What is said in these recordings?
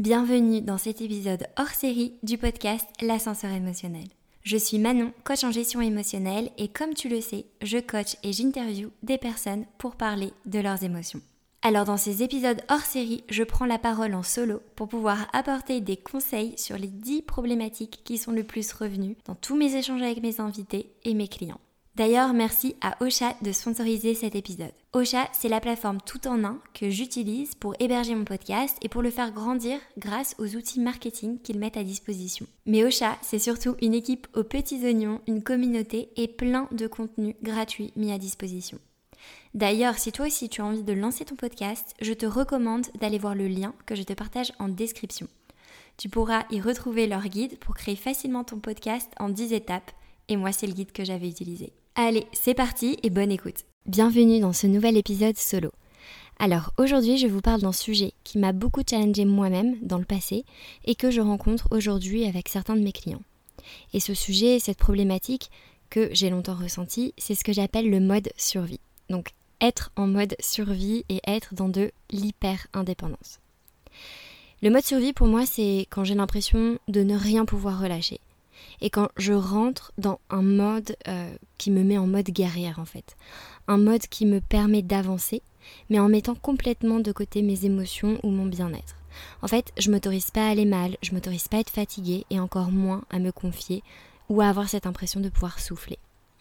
Bienvenue dans cet épisode hors série du podcast L'ascenseur émotionnel. Je suis Manon, coach en gestion émotionnelle et comme tu le sais, je coach et j'interviewe des personnes pour parler de leurs émotions. Alors dans ces épisodes hors série, je prends la parole en solo pour pouvoir apporter des conseils sur les 10 problématiques qui sont le plus revenues dans tous mes échanges avec mes invités et mes clients. D'ailleurs, merci à Ocha de sponsoriser cet épisode. Ocha, c'est la plateforme tout en un que j'utilise pour héberger mon podcast et pour le faire grandir grâce aux outils marketing qu'ils mettent à disposition. Mais Ocha, c'est surtout une équipe aux petits oignons, une communauté et plein de contenus gratuits mis à disposition. D'ailleurs, si toi aussi tu as envie de lancer ton podcast, je te recommande d'aller voir le lien que je te partage en description. Tu pourras y retrouver leur guide pour créer facilement ton podcast en 10 étapes et moi c'est le guide que j'avais utilisé. Allez, c'est parti et bonne écoute. Bienvenue dans ce nouvel épisode solo. Alors aujourd'hui, je vous parle d'un sujet qui m'a beaucoup challengée moi-même dans le passé et que je rencontre aujourd'hui avec certains de mes clients. Et ce sujet, cette problématique que j'ai longtemps ressentie, c'est ce que j'appelle le mode survie. Donc être en mode survie et être dans de l'hyper-indépendance. Le mode survie pour moi, c'est quand j'ai l'impression de ne rien pouvoir relâcher. Et quand je rentre dans un mode qui me met en mode guerrière en fait. Un mode qui me permet d'avancer, mais en mettant complètement de côté mes émotions ou mon bien-être. En fait, je m'autorise pas à aller mal, je m'autorise pas à être fatiguée et encore moins à me confier ou à avoir cette impression de pouvoir souffler.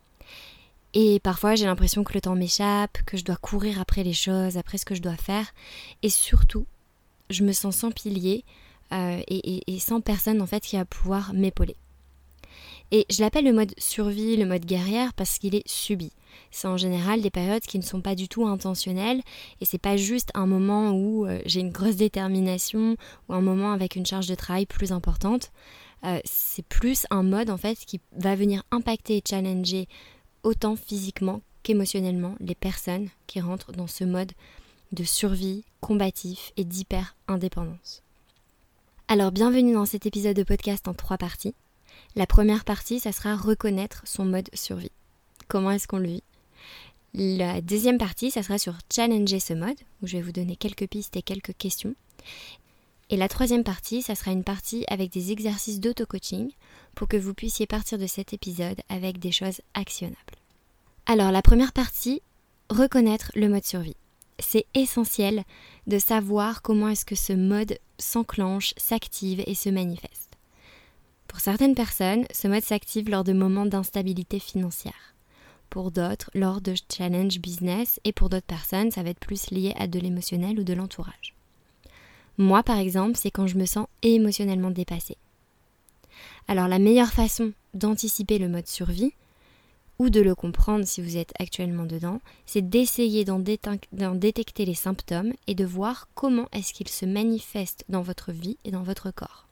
Et parfois j'ai l'impression que le temps m'échappe, que je dois courir après les choses, après ce que je dois faire. Et surtout, je me sens sans pilier et sans personne en fait qui va pouvoir m'épauler. Et je l'appelle le mode survie, le mode guerrière parce qu'il est subi. C'est en général des périodes qui ne sont pas du tout intentionnelles et c'est pas juste un moment où j'ai une grosse détermination ou un moment avec une charge de travail plus importante. C'est plus un mode en fait qui va venir impacter et challenger autant physiquement qu'émotionnellement les personnes qui rentrent dans ce mode de survie combatif et d'hyper-indépendance. Alors bienvenue dans cet épisode de podcast en 3 parties. La première partie, ça sera reconnaître son mode survie. Comment est-ce qu'on le vit ? La deuxième partie, ça sera sur challenger ce mode, où je vais vous donner quelques pistes et quelques questions. Et la troisième partie, ça sera une partie avec des exercices d'auto-coaching pour que vous puissiez partir de cet épisode avec des choses actionnables. Alors la première partie, reconnaître le mode survie. C'est essentiel de savoir comment est-ce que ce mode s'enclenche, s'active et se manifeste. Pour certaines personnes, ce mode s'active lors de moments d'instabilité financière. Pour d'autres, lors de challenges business et pour d'autres personnes, ça va être plus lié à de l'émotionnel ou de l'entourage. Moi, par exemple, c'est quand je me sens émotionnellement dépassée. Alors, la meilleure façon d'anticiper le mode survie, ou de le comprendre si vous êtes actuellement dedans, c'est d'essayer d'en détecter les symptômes et de voir comment est-ce qu'ils se manifestent dans votre vie et dans votre corps.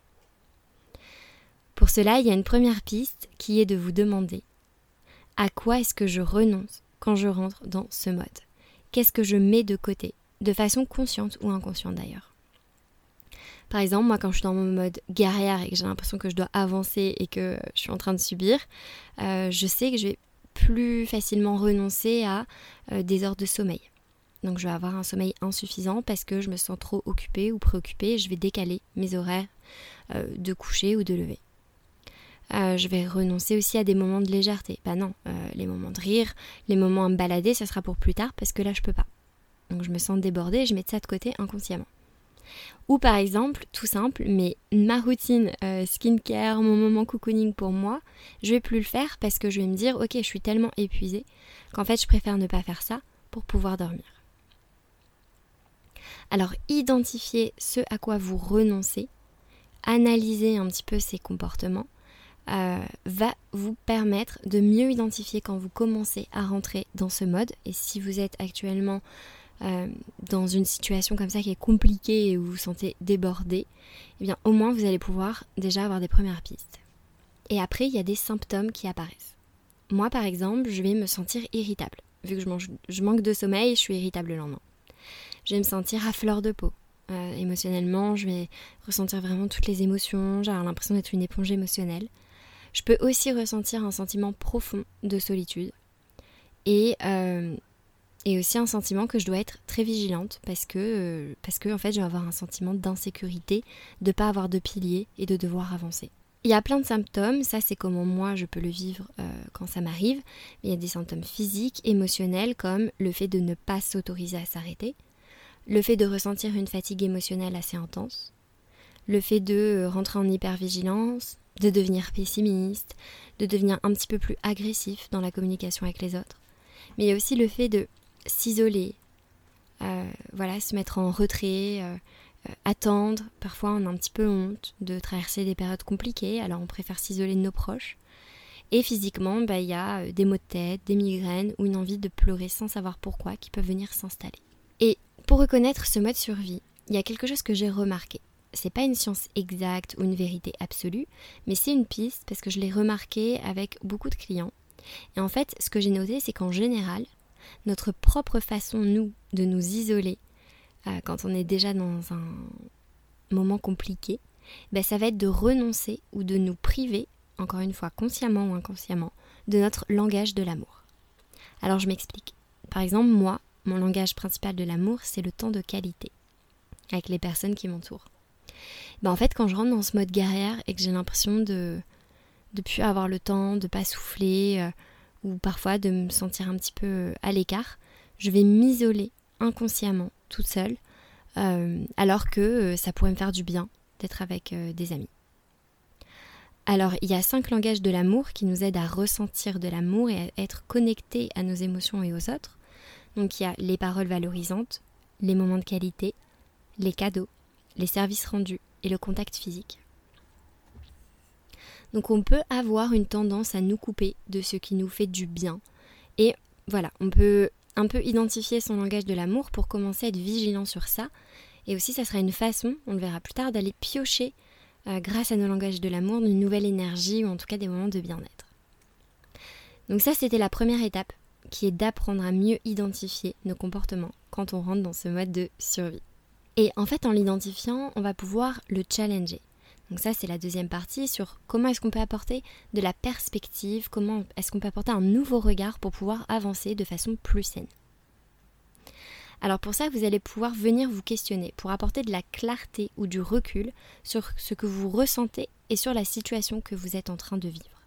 Pour cela, il y a une première piste qui est de vous demander à quoi est-ce que je renonce quand je rentre dans ce mode ? Qu'est-ce que je mets de côté, de façon consciente ou inconsciente d'ailleurs ? Par exemple, moi quand je suis dans mon mode guerrière et que j'ai l'impression que je dois avancer et que je suis en train de subir, je sais que je vais plus facilement renoncer à des heures de sommeil. Donc je vais avoir un sommeil insuffisant parce que je me sens trop occupée ou préoccupée et je vais décaler mes horaires de coucher ou de lever. Je vais renoncer aussi à des moments de légèreté. Les moments de rire, les moments à me balader, ça sera pour plus tard parce que là je peux pas. Donc je me sens débordée et je mets ça de côté inconsciemment. Ou par exemple, tout simple, mais ma routine skincare, mon moment cocooning pour moi, je vais plus le faire parce que je vais me dire ok, je suis tellement épuisée qu'en fait je préfère ne pas faire ça pour pouvoir dormir. Alors identifiez ce à quoi vous renoncez, analysez un petit peu ces comportements, va vous permettre de mieux identifier quand vous commencez à rentrer dans ce mode. Et si vous êtes actuellement dans une situation comme ça qui est compliquée et où vous vous sentez débordé, eh bien au moins vous allez pouvoir déjà avoir des premières pistes. Et après, il y a des symptômes qui apparaissent. Moi par exemple, je vais me sentir irritable. Vu que je manque de sommeil, je suis irritable le lendemain. Je vais me sentir à fleur de peau. Émotionnellement, je vais ressentir vraiment toutes les émotions, j'ai l'impression d'être une éponge émotionnelle. Je peux aussi ressentir un sentiment profond de solitude et Et aussi un sentiment que je dois être très vigilante parce que en fait, je vais avoir un sentiment d'insécurité, de ne pas avoir de pilier et de devoir avancer. Il y a plein de symptômes, ça c'est comment moi je peux le vivre quand ça m'arrive. Mais il y a des symptômes physiques, émotionnels, comme le fait de ne pas s'autoriser à s'arrêter, le fait de ressentir une fatigue émotionnelle assez intense, le fait de rentrer en hypervigilance, de devenir pessimiste, de devenir un petit peu plus agressif dans la communication avec les autres. Mais il y a aussi le fait de s'isoler, se mettre en retrait, attendre. Parfois on a un petit peu honte de traverser des périodes compliquées, alors on préfère s'isoler de nos proches. Et physiquement, il y a des maux de tête, des migraines ou une envie de pleurer sans savoir pourquoi qui peuvent venir s'installer. Et pour reconnaître ce mode survie, il y a quelque chose que j'ai remarqué. C'est pas une science exacte ou une vérité absolue, mais c'est une piste parce que je l'ai remarqué avec beaucoup de clients. Et en fait, ce que j'ai noté, c'est qu'en général, notre propre façon, nous, de nous isoler quand on est déjà dans un moment compliqué, ça va être de renoncer ou de nous priver, encore une fois consciemment ou inconsciemment, de notre langage de l'amour. Alors je m'explique. Par exemple, moi, mon langage principal de l'amour, c'est le temps de qualité avec les personnes qui m'entourent. En fait, quand je rentre dans ce mode guerrière et que j'ai l'impression de plus avoir le temps, de pas souffler, ou parfois de me sentir un petit peu à l'écart, je vais m'isoler inconsciemment, toute seule, alors que ça pourrait me faire du bien d'être avec des amis. Alors, il y a 5 langages de l'amour qui nous aident à ressentir de l'amour et à être connectés à nos émotions et aux autres. Donc, il y a les paroles valorisantes, les moments de qualité, les cadeaux, les services rendus et le contact physique. Donc on peut avoir une tendance à nous couper de ce qui nous fait du bien. Et voilà, on peut un peu identifier son langage de l'amour pour commencer à être vigilant sur ça. Et aussi ça sera une façon, on le verra plus tard, d'aller piocher grâce à nos langages de l'amour une nouvelle énergie ou en tout cas des moments de bien-être. Donc ça c'était la première étape qui est d'apprendre à mieux identifier nos comportements quand on rentre dans ce mode de survie. Et en fait en l'identifiant, on va pouvoir le challenger. Donc ça, c'est la deuxième partie sur comment est-ce qu'on peut apporter de la perspective, comment est-ce qu'on peut apporter un nouveau regard pour pouvoir avancer de façon plus saine. Alors pour ça, vous allez pouvoir venir vous questionner pour apporter de la clarté ou du recul sur ce que vous ressentez et sur la situation que vous êtes en train de vivre.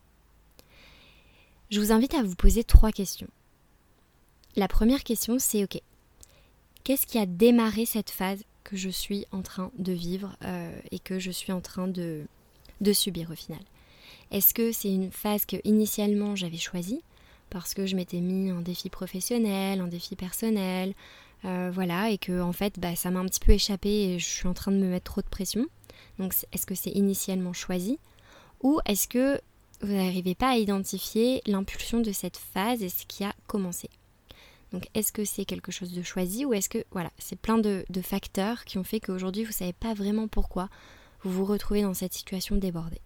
Je vous invite à vous poser 3 questions. La première question, c'est OK, qu'est-ce qui a démarré cette phase que je suis en train de vivre et que je suis en train de subir au final. Est-ce que c'est une phase que initialement j'avais choisie parce que je m'étais mis un défi professionnel, un défi personnel, et que en fait ça m'a un petit peu échappé et je suis en train de me mettre trop de pression. Donc est-ce que c'est initialement choisi ou est-ce que vous n'arrivez pas à identifier l'impulsion de cette phase et ce qui a commencé ? Donc est-ce que c'est quelque chose de choisi ou est-ce que c'est plein de facteurs qui ont fait qu'aujourd'hui vous ne savez pas vraiment pourquoi vous vous retrouvez dans cette situation débordée.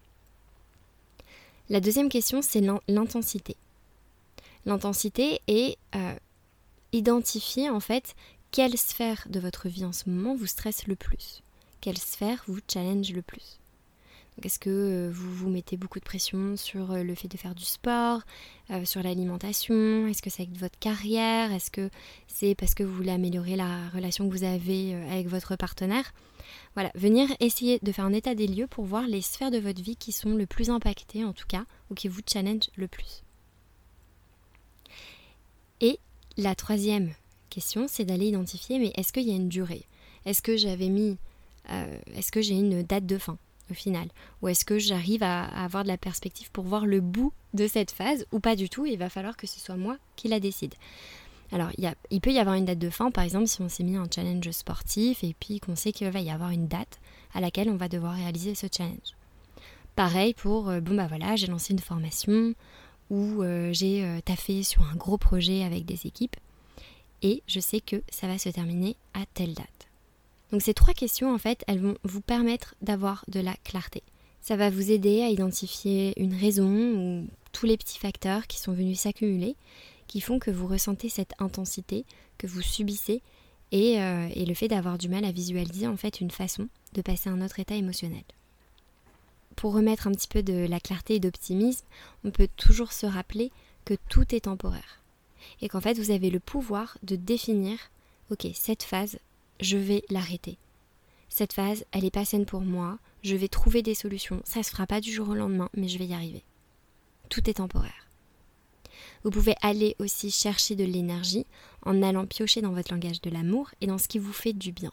La deuxième question, c'est l'intensité. L'intensité est identifier en fait quelle sphère de votre vie en ce moment vous stresse le plus, quelle sphère vous challenge le plus. Donc est-ce que vous vous mettez beaucoup de pression sur le fait de faire du sport, sur l'alimentation? Est-ce que c'est avec votre carrière? Est-ce que c'est parce que vous voulez améliorer la relation que vous avez avec votre partenaire? Voilà, venir essayer de faire un état des lieux pour voir les sphères de votre vie qui sont le plus impactées en tout cas, ou qui vous challenge le plus. Et la troisième question, c'est d'aller identifier, mais est-ce qu'il y a une durée? Est-ce que j'ai une date de fin au final? Ou est-ce que j'arrive à avoir de la perspective pour voir le bout de cette phase ou pas du tout? Il va falloir que ce soit moi qui la décide. Alors, il peut y avoir une date de fin, par exemple, si on s'est mis un challenge sportif et puis qu'on sait qu'il va y avoir une date à laquelle on va devoir réaliser ce challenge. Pareil pour, j'ai lancé une formation ou j'ai taffé sur un gros projet avec des équipes et je sais que ça va se terminer à telle date. Donc ces 3 questions, en fait, elles vont vous permettre d'avoir de la clarté. Ça va vous aider à identifier une raison ou tous les petits facteurs qui sont venus s'accumuler, qui font que vous ressentez cette intensité, que vous subissez, et le fait d'avoir du mal à visualiser en fait une façon de passer à un autre état émotionnel. Pour remettre un petit peu de la clarté et d'optimisme, on peut toujours se rappeler que tout est temporaire. et qu'en fait vous avez le pouvoir de définir, ok, cette phase, je vais l'arrêter. Cette phase, elle n'est pas saine pour moi, je vais trouver des solutions, ça ne se fera pas du jour au lendemain, mais je vais y arriver. Tout est temporaire. Vous pouvez aller aussi chercher de l'énergie en allant piocher dans votre langage de l'amour et dans ce qui vous fait du bien.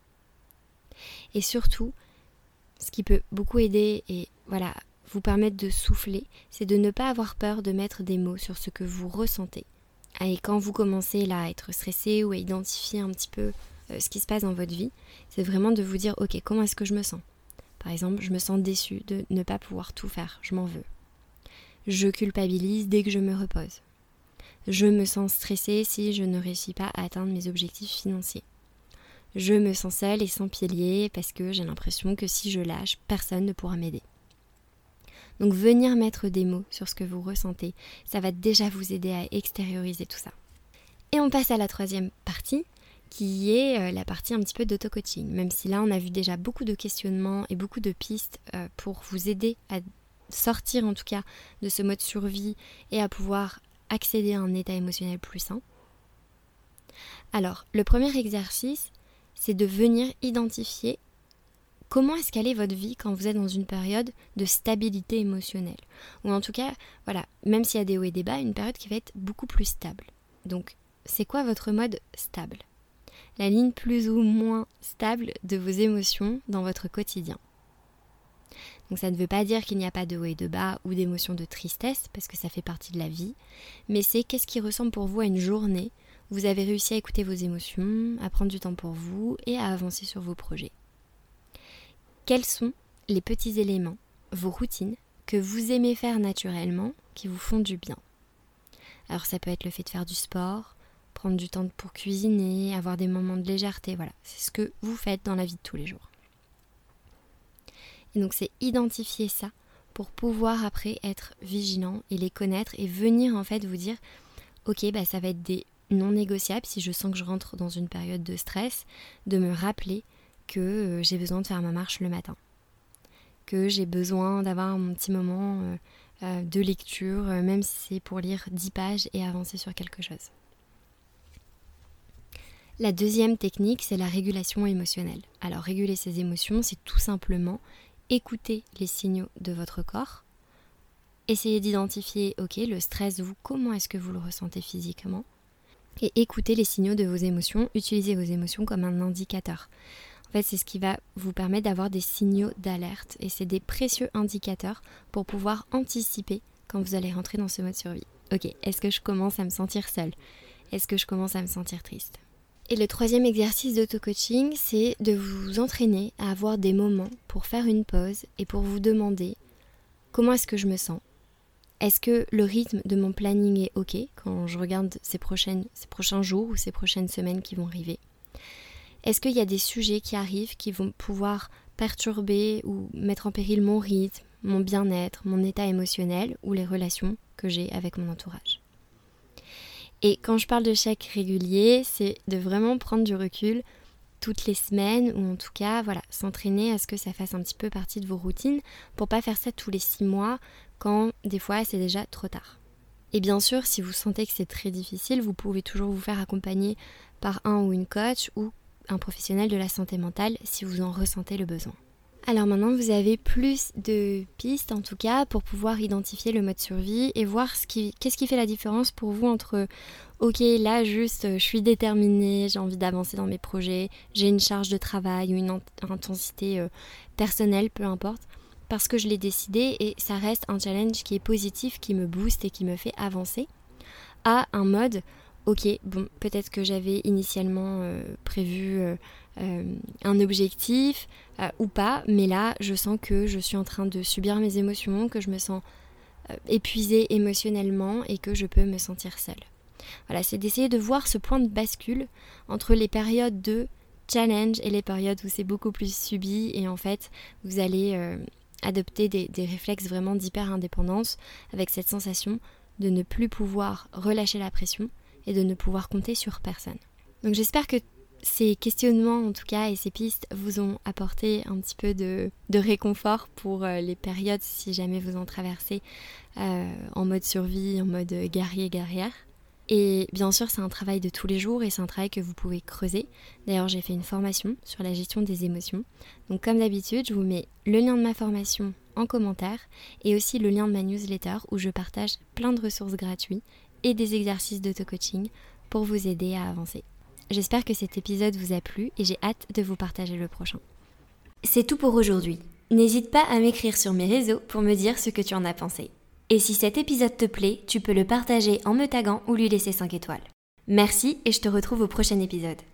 Et surtout, ce qui peut beaucoup aider et vous permettre de souffler, c'est de ne pas avoir peur de mettre des mots sur ce que vous ressentez. Et quand vous commencez là à être stressé ou à identifier un petit peu ce qui se passe dans votre vie, c'est vraiment de vous dire, ok, comment est-ce que je me sens ? Par exemple, je me sens déçue de ne pas pouvoir tout faire, je m'en veux. Je culpabilise dès que je me repose. Je me sens stressée si je ne réussis pas à atteindre mes objectifs financiers. Je me sens seule et sans pilier parce que j'ai l'impression que si je lâche, personne ne pourra m'aider. Donc venir mettre des mots sur ce que vous ressentez, ça va déjà vous aider à extérioriser tout ça. Et on passe à la troisième partie, qui est la partie un petit peu d'auto-coaching. Même si là, on a vu déjà beaucoup de questionnements et beaucoup de pistes pour vous aider à sortir en tout cas de ce mode survie et à pouvoir accéder à un état émotionnel plus sain. Alors, le premier exercice, c'est de venir identifier comment est-ce qu'elle est votre vie quand vous êtes dans une période de stabilité émotionnelle. Ou en tout cas, même s'il y a des hauts et des bas, une période qui va être beaucoup plus stable. Donc, c'est quoi votre mode stable ? La ligne plus ou moins stable de vos émotions dans votre quotidien. Donc ça ne veut pas dire qu'il n'y a pas de haut et de bas ou d'émotions de tristesse, parce que ça fait partie de la vie, mais c'est qu'est-ce qui ressemble pour vous à une journée où vous avez réussi à écouter vos émotions, à prendre du temps pour vous et à avancer sur vos projets. Quels sont les petits éléments, vos routines, que vous aimez faire naturellement, qui vous font du bien ? Alors ça peut être le fait de faire du sport, prendre du temps pour cuisiner, avoir des moments de légèreté, c'est ce que vous faites dans la vie de tous les jours. Et donc c'est identifier ça pour pouvoir après être vigilant et les connaître et venir en fait vous dire ok, ça va être des non négociables si je sens que je rentre dans une période de stress, de me rappeler que j'ai besoin de faire ma marche le matin, que j'ai besoin d'avoir mon petit moment de lecture, même si c'est pour lire 10 pages et avancer sur quelque chose. La deuxième technique, c'est la régulation émotionnelle. Alors réguler ses émotions, c'est tout simplement écouter les signaux de votre corps, essayez d'identifier, ok, le stress, comment est-ce que vous le ressentez physiquement, et écoutez les signaux de vos émotions, utilisez vos émotions comme un indicateur. En fait, c'est ce qui va vous permettre d'avoir des signaux d'alerte, et c'est des précieux indicateurs pour pouvoir anticiper quand vous allez rentrer dans ce mode survie. Ok, est-ce que je commence à me sentir seule ? Est-ce que je commence à me sentir triste ? Et le troisième exercice d'auto-coaching, c'est de vous entraîner à avoir des moments pour faire une pause et pour vous demander comment est-ce que je me sens ? Est-ce que le rythme de mon planning est ok quand je regarde ces prochains jours ou ces prochaines semaines qui vont arriver ? Est-ce qu'il y a des sujets qui arrivent qui vont pouvoir perturber ou mettre en péril mon rythme, mon bien-être, mon état émotionnel ou les relations que j'ai avec mon entourage ? Et quand je parle de chèque régulier, c'est de vraiment prendre du recul toutes les semaines ou en tout cas, s'entraîner à ce que ça fasse un petit peu partie de vos routines pour pas faire ça tous les 6 mois quand des fois c'est déjà trop tard. Et bien sûr, si vous sentez que c'est très difficile, vous pouvez toujours vous faire accompagner par un ou une coach ou un professionnel de la santé mentale si vous en ressentez le besoin. Alors maintenant, vous avez plus de pistes en tout cas pour pouvoir identifier le mode survie et voir qu'est-ce qui fait la différence pour vous entre ok, là juste je suis déterminée, j'ai envie d'avancer dans mes projets, j'ai une charge de travail ou une intensité personnelle, peu importe, parce que je l'ai décidé et ça reste un challenge qui est positif, qui me booste et qui me fait avancer, à un mode ok, bon, peut-être que j'avais initialement prévu un objectif ou pas, mais là, je sens que je suis en train de subir mes émotions, que je me sens épuisée émotionnellement et que je peux me sentir seule. C'est d'essayer de voir ce point de bascule entre les périodes de challenge et les périodes où c'est beaucoup plus subi et en fait, vous allez adopter des réflexes vraiment d'hyper-indépendance avec cette sensation de ne plus pouvoir relâcher la pression et de ne pouvoir compter sur personne. Donc j'espère que ces questionnements en tout cas et ces pistes vous ont apporté un petit peu de réconfort pour les périodes si jamais vous en traversez en mode survie, en mode guerrier-guerrière. Et bien sûr, c'est un travail de tous les jours et c'est un travail que vous pouvez creuser. D'ailleurs, j'ai fait une formation sur la gestion des émotions. Donc comme d'habitude, je vous mets le lien de ma formation en commentaire et aussi le lien de ma newsletter où je partage plein de ressources gratuites et des exercices d'auto-coaching pour vous aider à avancer. J'espère que cet épisode vous a plu et j'ai hâte de vous partager le prochain. C'est tout pour aujourd'hui. N'hésite pas à m'écrire sur mes réseaux pour me dire ce que tu en as pensé. Et si cet épisode te plaît, tu peux le partager en me taguant ou lui laisser 5 étoiles. Merci et je te retrouve au prochain épisode.